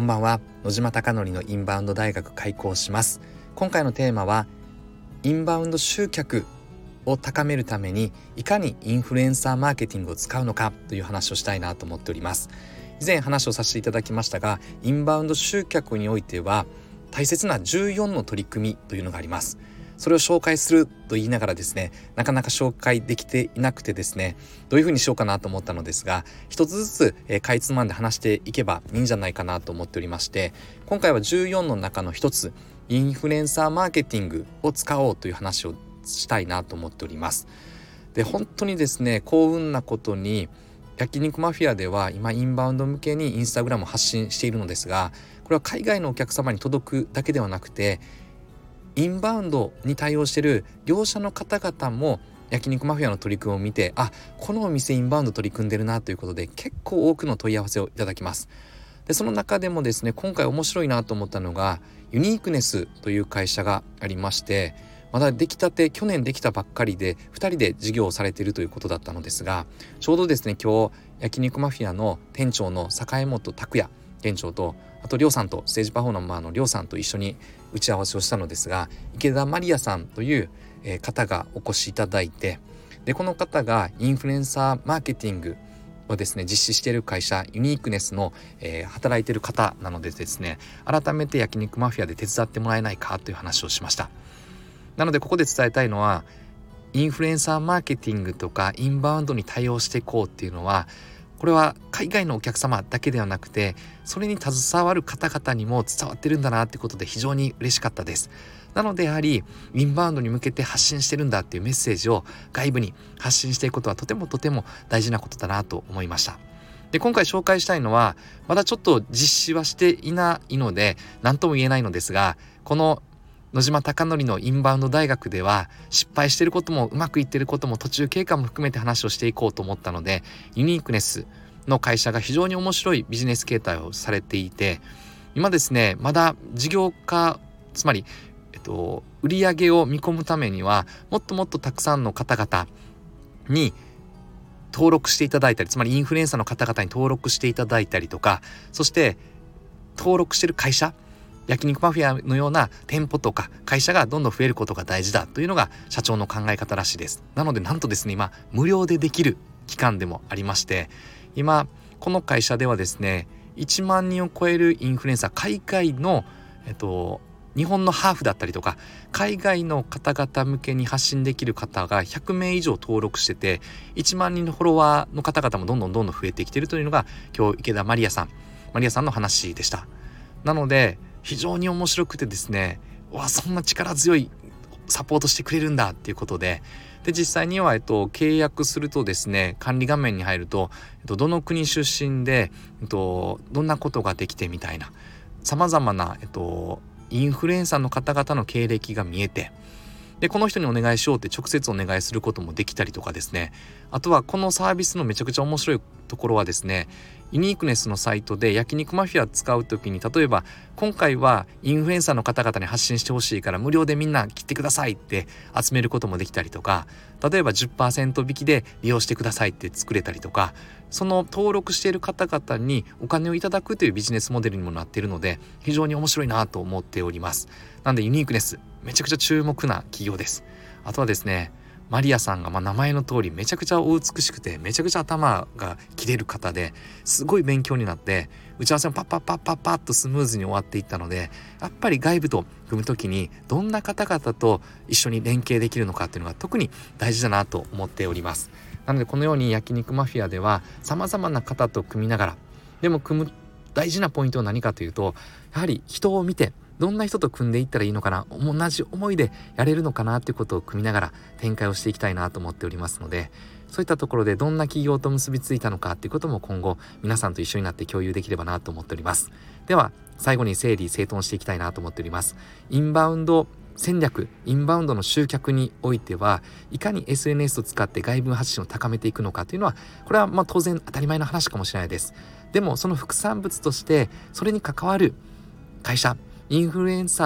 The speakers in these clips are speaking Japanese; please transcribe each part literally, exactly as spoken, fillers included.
んばんは。野島貴則のインバウンド大学開講します。今回のテーマはインバウンド集客を高めるためにいかにインフルエンサーマーケティングを使うのかという話をしたいなと思っております。以前話をさせていただきましたが、インバウンド集客においては大切なじゅうよんの取り組みというのがあります。それを紹介すると言いながらですね、なかなか紹介できていなくてですね、どういうふうにしようかなと思ったのですが、一つずつ、えー、かいつまんで話していけばいいんじゃないかなと思っておりまして、今回はじゅうよんの中の一つ、インフルエンサーマーケティングを使おうという話をしたいなと思っております。で、本当にですね、幸運なことに焼肉マフィアでは今インバウンド向けにインスタグラムを発信しているのですが、これは海外のお客様に届くだけではなくて、インバウンドに対応している業者の方々も焼肉マフィアの取り組みを見て、あ、このお店インバウンド取り組んでるなということで結構多くの問い合わせをいただきます。で、その中でもですね、今回面白いなと思ったのがユニークネスという会社がありまして、まだできたて去年できたばっかりでふたりで事業をされているということだったのですが、ちょうどですね、今日焼肉マフィアの店長の坂本拓也店長と、あとりょうさんとステージパフォーマーのまあのりょうさんと一緒に打ち合わせをしたのですが、池田マリアさんという、えー、方がお越しいただいて、でこの方がインフルエンサーマーケティングをですね実施している会社ユニークネスの、えー、働いている方なのでですね、改めて焼肉マフィアで手伝ってもらえないかという話をしました。なのでここで伝えたいのは、インフルエンサーマーケティングとかインバウンドに対応していこうっていうのは、これは海外のお客様だけではなくて、それに携わる方々にも伝わってるんだなってことで非常に嬉しかったです。なのでやはりインバウンドに向けて発信してるんだっていうメッセージを外部に発信していくことはとてもとても大事なことだなと思いました。で、今回紹介したいのはまだちょっと実施はしていないので何とも言えないのですが、この野島貴則のインバウンド大学では失敗していることもうまくいっていることも途中経過も含めて話をしていこうと思ったので、ユニークネスの会社が非常に面白いビジネス形態をされていて、今ですねまだ事業化、つまり、えっと、売り上げを見込むためにはもっともっとたくさんの方々に登録していただいたり、つまりインフルエンサーの方々に登録していただいたりとか、そして登録している会社、焼肉マフィアのような店舗とか会社がどんどん増えることが大事だというのが社長の考え方らしいです。なのでなんとですね、今無料でできる期間でもありまして、今この会社ではですねいちまんにんを超えるインフルエンサー、海外の、えっと、日本のハーフだったりとか海外の方々向けに発信できる方がひゃくめい以上登録してて、いちまんにんのフォロワーの方々もどんどんどんどん増えてきているというのが今日池田マリアさんマリアさんの話でした。なので非常に面白くてですね、わ、そんな力強いサポートしてくれるんだっていうことで、で実際には、えっと、契約するとですね、管理画面に入ると、えっと、どの国出身で、えっと、どんなことができてみたいなさまざまな、えっと、インフルエンサーの方々の経歴が見えて、でこの人にお願いしようって直接お願いすることもできたりとかですね、あとはこのサービスのめちゃくちゃ面白いところはですね、ユニークネスのサイトで焼肉マフィア使うときに、例えば今回はインフルエンサーの方々に発信してほしいから無料でみんな切ってくださいって集めることもできたりとか、例えば じゅっパーセント 引きで利用してくださいって作れたりとか、その登録している方々にお金をいただくというビジネスモデルにもなっているので非常に面白いなと思っております。なのでユニークネスめちゃくちゃ注目な企業です。あとはですね、マリアさんがまあ名前の通りめちゃくちゃお美しくてめちゃくちゃ頭が切れる方で、すごい勉強になって打ち合わせもパッパッパッパッパッとスムーズに終わっていったので、やっぱり外部と組むときにどんな方々と一緒に連携できるのかっていうのが特に大事だなと思っております。なのでこのように焼肉マフィアではさまざまな方と組みながら、でも組む大事なポイントは何かというと、やはり人を見てどんな人と組んでいったらいいのかな、同じ思いでやれるのかなっていうことを組みながら展開をしていきたいなと思っておりますので、そういったところでどんな企業と結びついたのかっていうことも今後皆さんと一緒になって共有できればなと思っております。では最後に整理整頓していきたいなと思っております。インバウンド戦略、インバウンドの集客においてはいかに エスエヌエス を使って外部発信を高めていくのかというのは、これはまあ当然当たり前の話かもしれないです。でもその副産物としてそれに関わる会社、インフルエンサ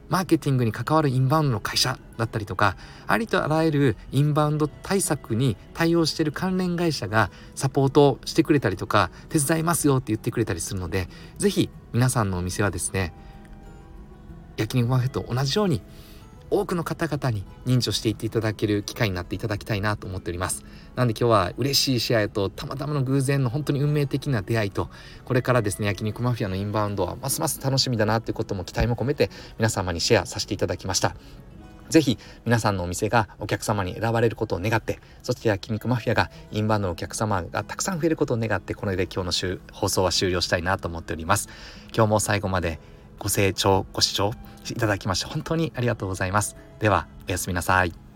マーケティングに関わるインバウンドの会社だったりとか、ありとあらゆるインバウンド対策に対応している関連会社がサポートしてくれたりとか、手伝いますよって言ってくれたりするので、ぜひ皆さんのお店はですね、焼肉マフィと同じように多くの方々に認知をしていっていただける機会になっていただきたいなと思っております。なんで今日は嬉しいシェアとたまたまの偶然の本当に運命的な出会いと、これからですね焼肉マフィアのインバウンドはますます楽しみだなということも期待も込めて皆様にシェアさせていただきました。ぜひ皆さんのお店がお客様に選ばれることを願って、そして焼肉マフィアがインバウンドのお客様がたくさん増えることを願って、これで今日の週放送は終了したいなと思っております。今日も最後までご清聴ご視聴いただきまして本当にありがとうございます。ではおやすみなさい。